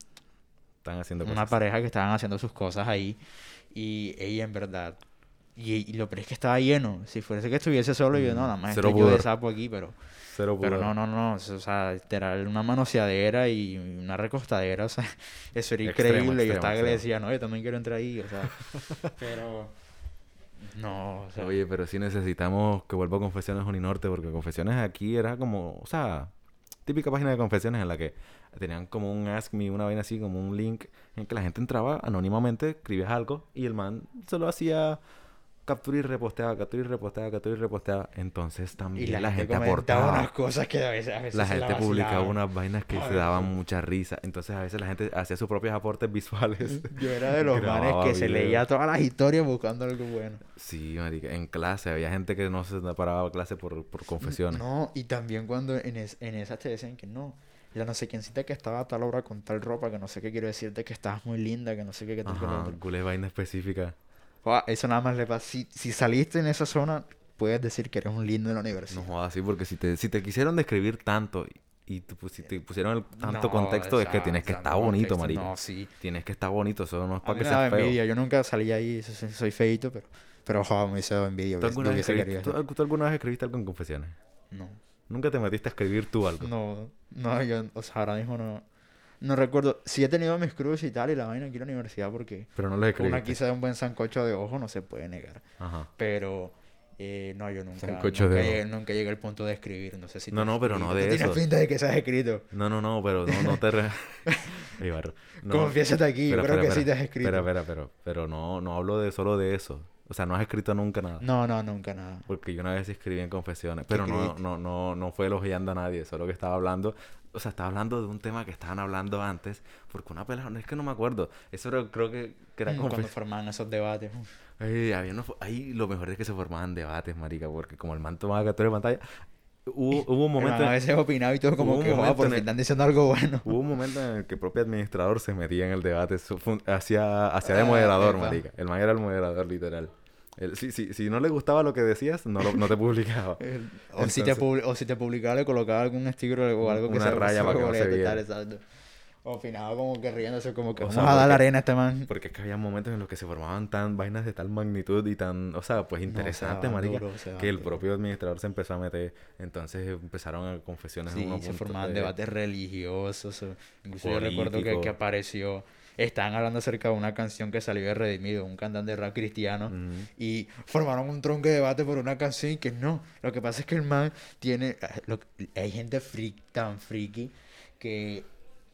Están haciendo una cosas. pareja que estaban haciendo sus cosas ahí. Y ella, en verdad. Y, y lo peor es que estaba lleno. Si fuese que estuviese solo, yo no, nada más Cero estoy yo de pudor. sapo aquí, pero. Cero Pero pudor. no, no, no. O sea, literal, una manoseadera y una recostadera. O sea, eso era Extremo, increíble. Yo extremo, estaba que le extremo. decía, no, yo también quiero entrar ahí. O sea, pero. No, o sea. Oye, pero sí necesitamos que vuelva a Confesiones Uninorte, porque Confesiones aquí era como, o sea, típica página de confesiones en la que tenían como un Ask Me, una vaina así, como un link en que la gente entraba anónimamente, escribías algo y el man solo hacía captura y reposteaba, captura y reposteaba, captura y reposteaba. Entonces Y también la, la, gente, gente comentaba aportaba. unas cosas que a veces, a veces La se gente publicaba vacilaban. unas vainas que A se veces. daban mucha risa. Entonces a veces la gente hacía sus propios aportes visuales. Yo era de los manes Grababa que se videos. leía todas las historias buscando algo bueno. Sí, marica, en clase había gente que no se paraba a clase por, por confesiones. No, y también cuando en, es- en esas te decían que no, la no sé quiéncita que estaba a tal hora con tal ropa, que no sé qué quiero decirte, que estabas muy linda, que no sé qué, que tal, que lo Ajá, otro. culé vaina específica. Joa, eso nada más le pasa. Si, si saliste en esa zona, puedes decir que eres un lindo en la No universidad. jodas, sí, porque si te, si te quisieron describir tanto y, y tú pus- si te pusieron el tanto No, contexto, es que esa- tienes que esa estar no bonito, contexto, marica. No, sí. Tienes que estar bonito, eso no es A para mí que me daba seas feo. envidia. Yo nunca salí ahí, so- soy, soy feíto, pero, pero joder, me hizo envidia. ¿Tú Yo alguna, vez hubiese escribiste, querido tú, eso. tú alguna vez escribiste algo en confesiones? No. ¿Nunca te metiste a escribir tú algo? No, no, yo, o sea, ahora mismo no, no recuerdo. Sí he tenido mis cruces y tal, y la vaina aquí en la universidad, porque Pero no lo escribiste. una quizá de un buen sancocho de ojo no se puede negar. Ajá. Pero, eh, no, yo nunca, Sancocho nunca, de llegué, ojo. nunca llegué al punto de escribir. No sé si No, tú no, pero no escribiste. de Tú tienes eso. pinta de que se has escrito. No, no, no, pero no, no te... Re... Ey, barro. No. Confiésate aquí, yo Espera, creo espera, que sí te espera. has escrito. Espera, espera, pero, pero no, no hablo de solo de eso. O sea, no has escrito nunca nada. No, no, nunca nada. Porque yo una vez escribí en confesiones, pero no, escribiste? no, no, no fue elogiando a nadie, solo que estaba hablando, o sea, estaba hablando de un tema que estaban hablando antes, porque una pelada, no es que no me acuerdo, eso era- creo que, que era Mm, Cuando confes- formaban esos debates. uf. Ay, había unos- ahí lo mejor es que se formaban debates, marica, porque como el man tomaba captura de pantalla, hubo, hubo un El man momento, a veces opinaba y todo como hubo un que, joder, momento por en fin el- están diciendo algo bueno. hubo un momento en el que el propio administrador se metía en el debate, su- fun- hacía, hacía de Ah, moderador, epa. marica, el man era el moderador, literal. Él- si, si, si no le gustaba lo que decías, no, lo- no te publicaba. El- o, si te Entonces- publi- o si te publicaba, le colocaba algún sticker o algo que Una se raya para que no se boleta y viera. tal, exacto. opinaba como que riéndose, como que O vamos sea, a dar la porque, arena a este man. porque es que había momentos en los que se formaban tan vainas de tal magnitud y tan, o sea, pues No, se interesante, daban marica, duro, se que daban el duro. propio administrador se empezó a meter. Entonces empezaron a confesiones en Sí, unos se puntos formaban de debates religiosos. o- Incluso yo recuerdo que, que políticos. apareció. Estaban hablando acerca de una canción que salió de Redimido, un cantante de rap cristiano. Ujú. Y formaron un tronco de debate por una canción y que no. Lo que pasa es que el man tiene. ah, lo- hay gente freak, tan friki que.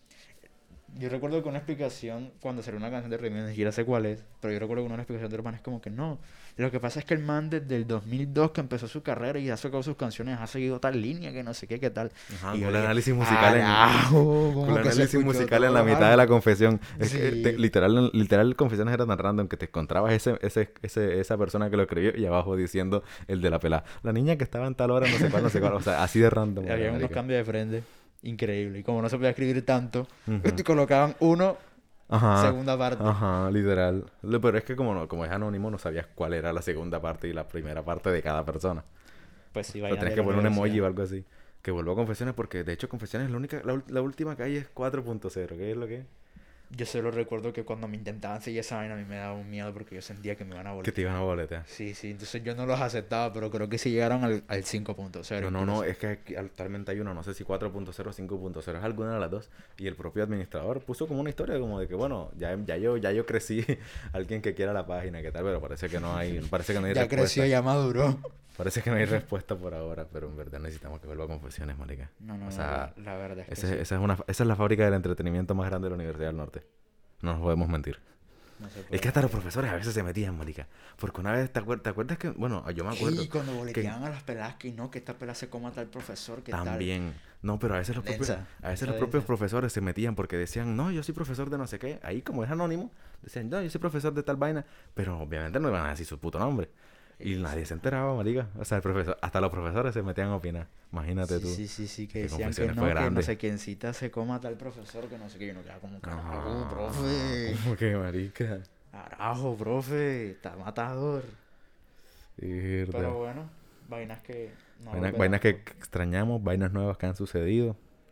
Yo recuerdo que una explicación, cuando salió una canción de Redimido, ni siquiera sé cuál es, pero yo recuerdo que una explicación del man es como que no. Lo que pasa es que el man desde el dos mil dos que empezó su carrera y ha sacado sus canciones, ha seguido tal línea que no sé qué, qué tal. Ajá, Y yo con el dije, análisis musical en, carajo, con como el que se análisis escuchó musical en todo la mitad de la random. confesión. Es que te- Sí. literal, literal, confesiones era tan random que te encontrabas ese, ese, ese, esa persona que lo escribió y abajo diciendo el de la pelada. La niña que estaba en tal hora, no sé cuál, no sé cuál. O sea, así de random era, Había unos marica. cambios de frente increíble. Y como no se podía escribir tanto, Ujú. te colocaban uno, Ajá, segunda parte. ajá, literal. Lo- Pero es que como, no, como es anónimo, no sabías cuál era la segunda parte y la primera parte de cada persona. Pues sí, O sea, vainas tenés de que la poner un emoji universidad. o algo así. Que vuelvo a confesiones porque de hecho confesiones la única, la, ul- la última que hay es cuatro punto cero. ¿Qué es lo que es? Yo solo recuerdo que cuando me intentaban seguir esa vaina a mí me daba un miedo porque yo sentía que me iban a Que te voltear. iban a boletear. Sí, sí, entonces yo no los aceptaba, pero creo que sí llegaron al, al cinco punto cero No, no, no, incluso. es que aquí actualmente hay uno, no sé si cuatro punto cero o cinco punto cero, es alguna de las dos. Y el propio administrador puso como una historia como de que, bueno, ya, ya yo ya yo crecí, alguien que quiera la página, ¿qué tal? Pero parece que no hay, parece que no hay Ya respuesta. creció, ya maduró. Parece que no hay respuesta por ahora, pero en verdad necesitamos que vuelva a confesiones, marica. No, no, O no, sea, la, la verdad es que ese- sí. esa, es una, esa es la fábrica del entretenimiento más grande de la Universidad del Norte. No nos podemos mentir. No se Es puede que hasta los negar. profesores a veces se metían, marica. Porque una vez, ¿te acuer- te acuerdas que, bueno, yo me acuerdo Y cuando que boleteaban a las peladas que no, que esta pelada se coma a tal profesor, que tal. también, no, pero a veces los propios, Densa, a veces densa, los propios densa. profesores se metían porque decían, no, yo soy profesor de no sé qué. Ahí, como es anónimo, decían, no, yo soy profesor de tal vaina. Pero obviamente no iban a decir su puto nombre. Y nadie se enteraba, marica. O sea, el profesor, hasta los profesores se metían a opinar. Imagínate Sí, tú. sí, sí, sí, que qué decían que confesiones no, fue que no grande. sé quiéncita se coma a tal profesor, que no sé qué, yo no quedaba como carajo, No, profe. ¿cómo que, marica? Carajo, profe, está matador. Mierda. Pero bueno, vainas que no Vaina- volverán. vainas que extrañamos, vainas nuevas que han sucedido.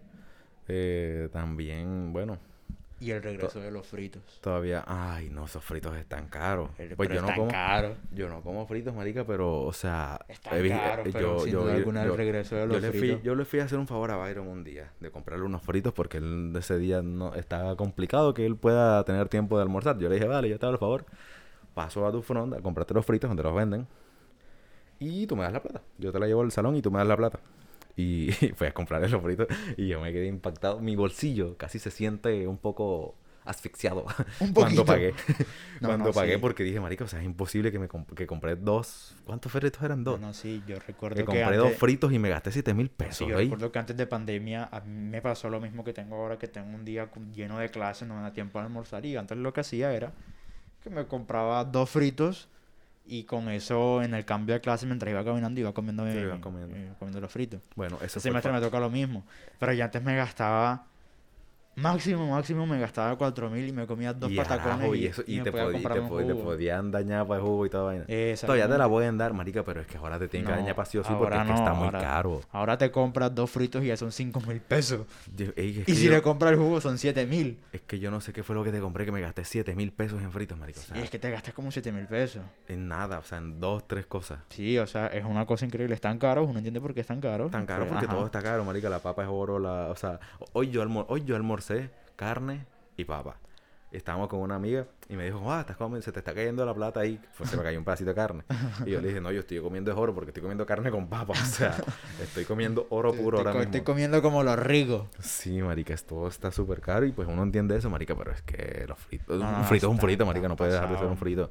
Eh, también, bueno, Y el regreso de los fritos. todavía, ay, no, esos fritos están caros. El- Pues pero yo no están como, caros. yo no como fritos, marica, pero, o sea, Están he vi- caros, eh, pero sin duda alguna el regreso de yo los le fui, fritos. yo le fui a hacer un favor a Byron un día, de comprarle unos fritos porque él ese día no estaba complicado que él pueda tener tiempo de almorzar. Yo le dije, vale, yo te hago el favor, paso a tu front a comprarte los fritos donde los venden y tú me das la plata. Yo te la llevo al salón y tú me das la plata. Y fui a comprarle los fritos y yo me quedé impactado. Mi bolsillo casi se siente un poco asfixiado Un cuando poquito. pagué. No, cuando no, pagué sí. porque dije, marica, o sea, es imposible que me comp- que compré dos. ¿Cuántos fritos eran No, dos? no, sí, yo recuerdo Que que compré dos antes... fritos y me gasté siete mil Sí, pesos, yo ¿veis? recuerdo que antes de pandemia a mí me pasó lo mismo que tengo ahora, que tengo un día cu- lleno de clases, no me da tiempo a almorzar y antes lo que hacía era que me compraba dos fritos y con eso en el cambio de clase mientras iba caminando iba comiendo, Sí, mi- ibas comiendo. eh, comiendo los fritos. Bueno, eso Este fue el semestre fa- me toca lo mismo, pero yo antes me gastaba máximo, máximo me gastaba cuatro mil y me comía dos y patacones arajo, y, y, eso, y y me te, podía podí- comprar te, un pod- te jugo. podían dañar para el jugo y toda vaina. Eh, Todavía te la exactamente. pueden dar, marica, pero es que ahora te tienen que No, dañar para sí o sí porque ahora es que no, está muy ahora- caro. Ahora te compras dos fritos y ya son cinco mil pesos. Yo- ey, es, Y que si yo, le compras el jugo son siete mil. es que yo no sé qué fue lo que te compré que me gasté siete mil pesos en fritos, marica. O sea, Y es que te gastas como siete mil pesos. en nada, o sea, en dos, tres cosas. Sí, o sea, es una cosa increíble. Están caros, uno entiende por qué están caros. Tan caro Pues, porque ajá. todo está caro, marica. La papa es oro, la... O sea, hoy yo, almor- hoy yo almorcé carne y papa. Estábamos con una amiga y me dijo, ah, estás comiendo, se te está cayendo la plata ahí. Pues se me cayó un pedacito de carne. Y yo le dije, no, yo estoy comiendo es oro porque estoy comiendo carne con papa. O sea, estoy comiendo oro Estoy- puro estoy, ahora co- mismo. estoy comiendo como los ricos. Sí, marica, esto está súper caro y pues uno entiende eso, marica, pero es que los fritos... No, no, un no, frito es un está- frito, marica, está no puede dejar de ser pasado. un frito.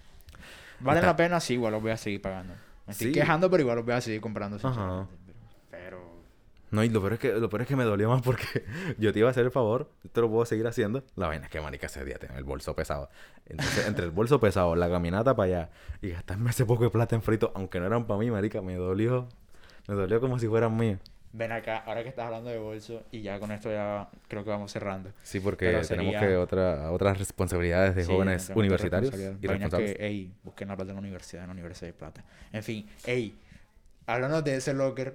¿Valen Está- la pena? Sí, igual los voy a seguir pagando. Me estoy Sí. quejando, pero igual los voy a seguir comprando. Ajá. sinceramente. Pero... No, y lo peor es que, lo peor es que me dolió más porque yo te iba a hacer el favor, te lo puedo seguir haciendo. La vaina es que, marica, ese día tenía el bolso pesado. Entonces, entre el bolso pesado, la caminata para allá y gastarme ese poco de plata en frito, aunque no eran para mí, marica, me dolió. Me dolió como si fueran míos. Ven acá, ahora que estás hablando de bolso, y ya con esto ya creo que vamos cerrando. Sí, porque Pero tenemos sería- que otra, otras responsabilidades de Sí, jóvenes tenemos universitarios responsabilidad. y Vainas responsables. que, ey, busquen la plata en la universidad, en la universidad de plata. En fin, ey, háblanos de ese locker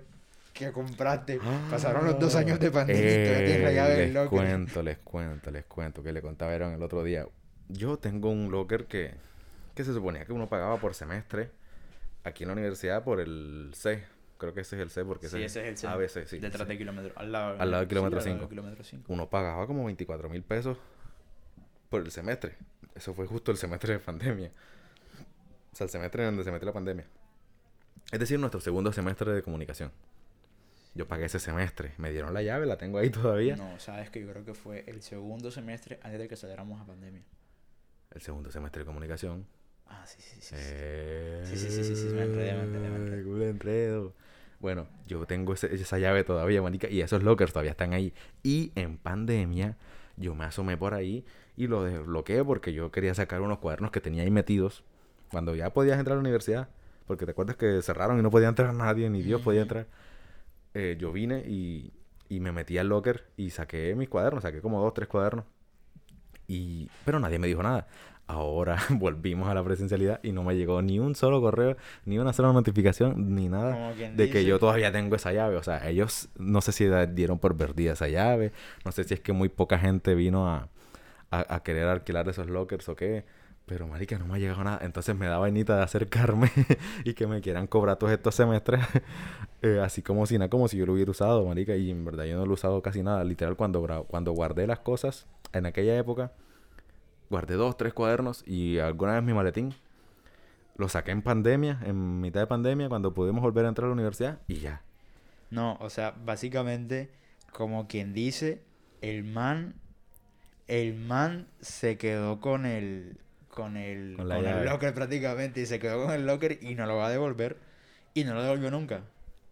que compraste. Pasaron los dos años de pandemia y todavía tienes la llave del Les locker. cuento, les cuento, les cuento que le contaba a Aaron el otro día. Yo tengo un locker que, que se suponía que uno pagaba por semestre aquí en la universidad por el C. Creo que ese es el C porque Sí, ese es el C. A B C, sí. Detrás sí. de kilómetro. Al lado, Al lado de kilómetro sí, al lado cinco. de kilómetro cinco. Uno pagaba como veinticuatro mil pesos por el semestre. Eso fue justo el semestre de pandemia. O sea, el semestre en donde se metió la pandemia. Es decir, nuestro segundo semestre de comunicación. Yo pagué ese semestre. Me dieron la llave, la tengo ahí todavía. No, sabes que yo creo que fue el segundo semestre antes de que saliéramos a pandemia. El segundo semestre de comunicación. Ah, sí, sí, sí. sí. Eh... Sí, sí, sí, sí, sí, me enredé, me enredé, me enredé. Culo enredo. Bueno, yo tengo ese- esa llave todavía, manica, y esos lockers todavía están ahí. Y en pandemia, yo me asomé por ahí y lo desbloqueé porque yo quería sacar unos cuadernos que tenía ahí metidos cuando ya podías entrar a la universidad. Porque te acuerdas que cerraron y no podía entrar nadie, ni Dios podía entrar. Eh, yo vine y, y me metí al locker y saqué mis cuadernos, saqué como dos, tres cuadernos. Y, pero nadie me dijo nada. Ahora volvimos a la presencialidad y no me llegó ni un solo correo, ni una sola notificación, ni nada Como quien de que dice- yo todavía tengo esa llave. O sea, ellos no sé si da- dieron por perdida esa llave, no sé si es que muy poca gente vino a, a, a querer alquilar esos lockers o qué. Pero, marica, no me ha llegado nada. Entonces me da vainita de acercarme y que me quieran cobrar todos estos semestres. eh, así como si nada, como si yo lo hubiera usado, marica. Y en verdad yo no lo he usado casi nada. Literal, cuando, gra- cuando guardé las cosas en aquella época, guardé dos, tres cuadernos y alguna vez mi maletín lo saqué en pandemia, en mitad de pandemia, cuando pudimos volver a entrar a la universidad y ya. No, o sea, básicamente, como quien dice, el man, el man se quedó con el, con el, Con la con el llave. locker prácticamente y se quedó con el locker y no lo va a devolver y no lo devolvió nunca.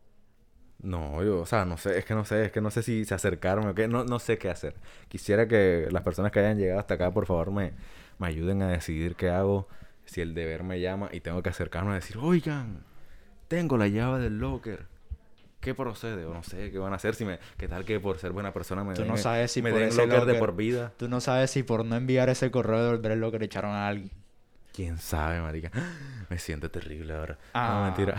No, yo, o sea, no sé, es que no sé, es que no sé si se acercarme o qué, no, no sé qué hacer. Quisiera que las personas que hayan llegado hasta acá, por favor, me, me ayuden a decidir qué hago. Si el deber me llama y tengo que acercarme a decir, oigan, tengo la llave del locker. ¿Qué procede? O no sé, ¿qué van a hacer? Si me, ¿qué tal que por ser buena persona me Tú den, no sabes si me por den ese locker de locker- por vida? Tú no sabes si por no enviar ese correo de devolver el locker echaron a alguien. ¿Quién sabe, marica? Me siento terrible ahora. Ah. No, mentira.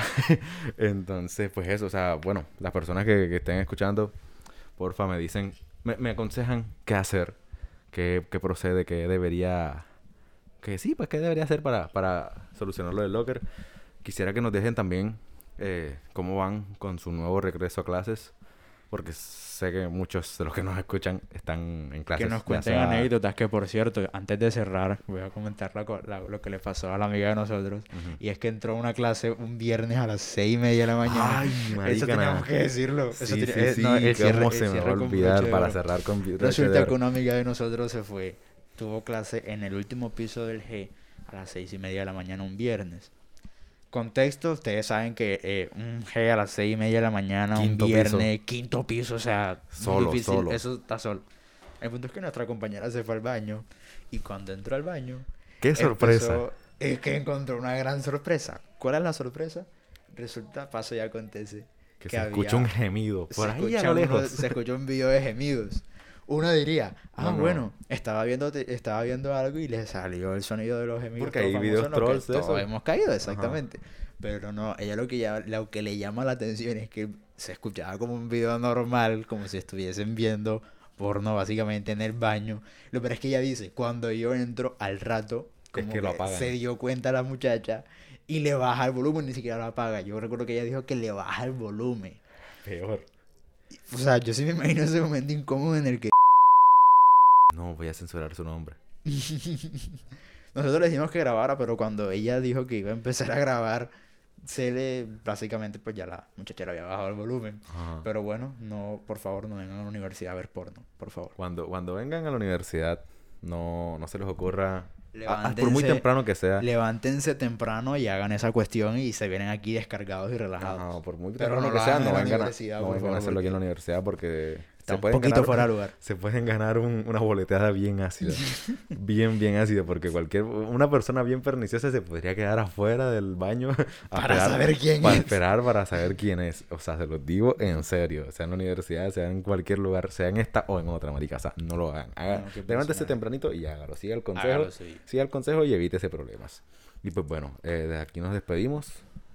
Entonces, pues eso, o sea, bueno, las personas que, que estén escuchando, porfa, me dicen, me, me aconsejan qué hacer, qué, qué procede, qué debería, que sí, pues qué debería hacer para, para solucionar lo del locker. Quisiera que nos dejen también eh, cómo van con su nuevo regreso a clases, porque sé que muchos de los que nos escuchan están en clases. Que nos ya cuenten sea- anécdotas, que por cierto, antes de cerrar, voy a comentar la co- la- lo que le pasó a la amiga de nosotros. Ujú. Y es que entró a una clase un viernes a las seis y media de la mañana. Ay, Eso marica, teníamos nada. que decirlo. Eso Sí, tenía- sí, eh, sí, no, el cierre- ¿cómo el se me va a cierre con olvidar broche de para oro. cerrar con broche de Resulta oro? que una amiga de nosotros se fue, tuvo clase en el último piso del G a las seis y media de la mañana un viernes. Contexto, ustedes saben que eh, un G a las seis y media de la mañana, Quinto un piso. viernes, quinto piso, o sea, muy Solo, difícil, solo. eso está solo. El punto es que nuestra compañera se fue al baño y cuando entró al baño, ¡Qué sorpresa! empezó- es que encontró una gran sorpresa. ¿Cuál es la sorpresa? Resulta, paso y acontece. Que, que se escucha había- un gemido por se ahí a escucha lo uno- lejos. se escuchó un video de gemidos. Uno diría, ah, No, no. bueno, estaba viendo, te- estaba viendo algo y le salió el sonido de los gemidos. Porque todo hay famoso videos en los que trolls de todos eso. hemos caído, exactamente. Pero no, ella lo que, ya, lo que le llama la atención es que se escuchaba como un video normal, como si estuviesen viendo porno básicamente en el baño. Lo peor es que ella dice, cuando yo entro al rato, como que lo apagan. se dio cuenta la muchacha y le baja el volumen, ni siquiera lo apaga. Yo recuerdo que ella dijo que le baja el volumen. Peor. O sea, yo sí me imagino ese momento incómodo en el que No, voy a censurar su nombre. nosotros le dijimos que grabara, pero cuando ella dijo que iba a empezar a grabar, se le, básicamente, pues ya la muchacha le había bajado el volumen. Ajá. Pero bueno, no, por favor, no vengan a la universidad a ver porno, por favor. Cuando, cuando vengan a la universidad, no, no se les ocurra, a- a- por muy Levántense- temprano que sea, Levántense temprano y hagan esa cuestión y se vienen aquí descargados y relajados. ajá, por muy Pero temprano no que lo sea, hagan no en la vengan, a, universidad, no por vengan a favor, hacerlo aquí en la porque universidad porque Está se un pueden poquito ganar, fuera de lugar. se pueden ganar un- una boleteada bien ácida. bien, bien ácida, porque cualquier, una persona bien perniciosa se podría quedar afuera del baño a Para esperar- saber quién para es. esperar para saber quién es. O sea, se los digo en serio, sea en la universidad, sea en cualquier lugar, sea en esta o en otra, marica. O sea, no lo hagan. Haga- No, qué levántese personaje. tempranito y hágalo. Siga el consejo. Hágalo, sí. Siga el consejo y evítese problemas. Y pues bueno, eh, desde aquí nos despedimos.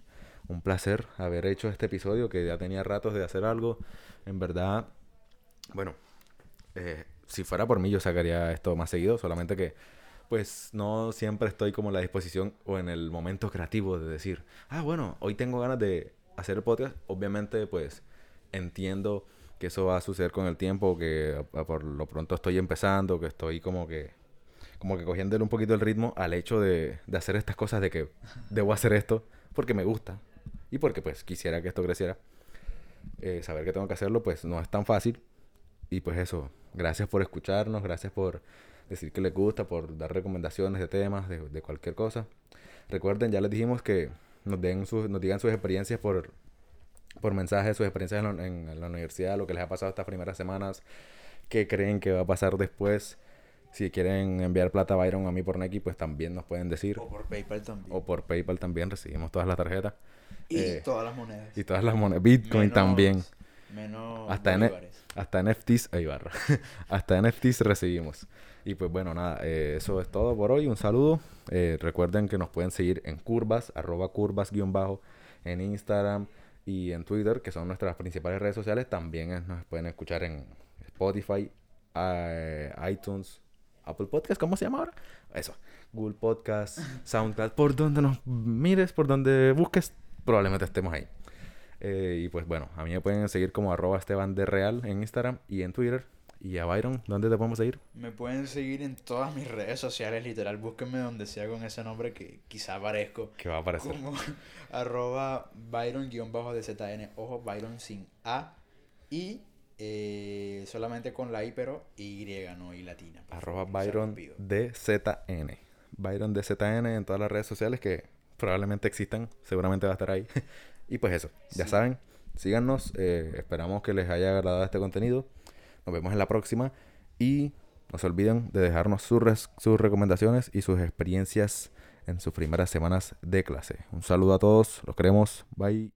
un placer haber hecho este episodio, que ya tenía ratos de hacer algo. En verdad, bueno, eh, si fuera por mí yo sacaría esto más seguido, solamente que pues no siempre estoy como en la disposición o en el momento creativo de decir, ah, bueno, hoy tengo ganas de hacer el podcast. Obviamente, pues entiendo que eso va a suceder con el tiempo, que a- a por lo pronto estoy empezando, que estoy como que como que cogiéndole un poquito el ritmo al hecho de, de hacer estas cosas, de que debo hacer esto porque me gusta y porque pues quisiera que esto creciera. Eh, saber que tengo que hacerlo pues no es tan fácil. Y pues eso, gracias por escucharnos, gracias por decir que les gusta, por dar recomendaciones de temas, de, de cualquier cosa. Recuerden, ya les dijimos que nos, den sus, nos digan sus experiencias por, por mensajes, sus experiencias en la, en la universidad, lo que les ha pasado estas primeras semanas, qué creen que va a pasar después. Si quieren enviar plata a Byron o a mí por Nequi, pues también nos pueden decir. O por PayPal también. O por PayPal también, recibimos todas las tarjetas. Y Eh, todas las monedas. y todas las monedas. Bitcoin Menos- también. Menos Hasta N- bolívares. Hasta N F Ts, ahí barra. Hasta N F Ts recibimos. Y pues bueno, nada, eh, eso es todo por hoy. Un saludo. Eh, recuerden que nos pueden seguir en curvas, arroba curvas guión bajo, en Instagram y en Twitter, que son nuestras principales redes sociales. También eh, nos pueden escuchar en Spotify, eh, iTunes, Apple Podcast, ¿cómo se llama ahora? Eso, Google Podcast, SoundCloud, por donde nos mires, por donde busques, probablemente estemos ahí. Eh, y pues bueno, a mí me pueden seguir como arroba Esteban de Real en Instagram y en Twitter. Y a Byron, ¿dónde te podemos seguir? Me pueden seguir en todas mis redes sociales, literal. Búsquenme donde sea con ese nombre que quizá aparezco. Que va a aparecer. Como arroba Byron-DZN. Ojo, Byron sin A. Y eh, solamente con la I, pero Y, no Y latina. por Arroba favor, se los Byron pido. D Z N. Byron D Z N en todas las redes sociales que probablemente existan. Seguramente va a estar ahí. Y pues eso, ya Sí. saben, síganos. eh, esperamos que les haya agradado este contenido. Nos vemos en la próxima. Y no se olviden de dejarnos sus, res- sus recomendaciones y sus experiencias en sus primeras semanas de clase. Un saludo a todos. Los queremos. Bye.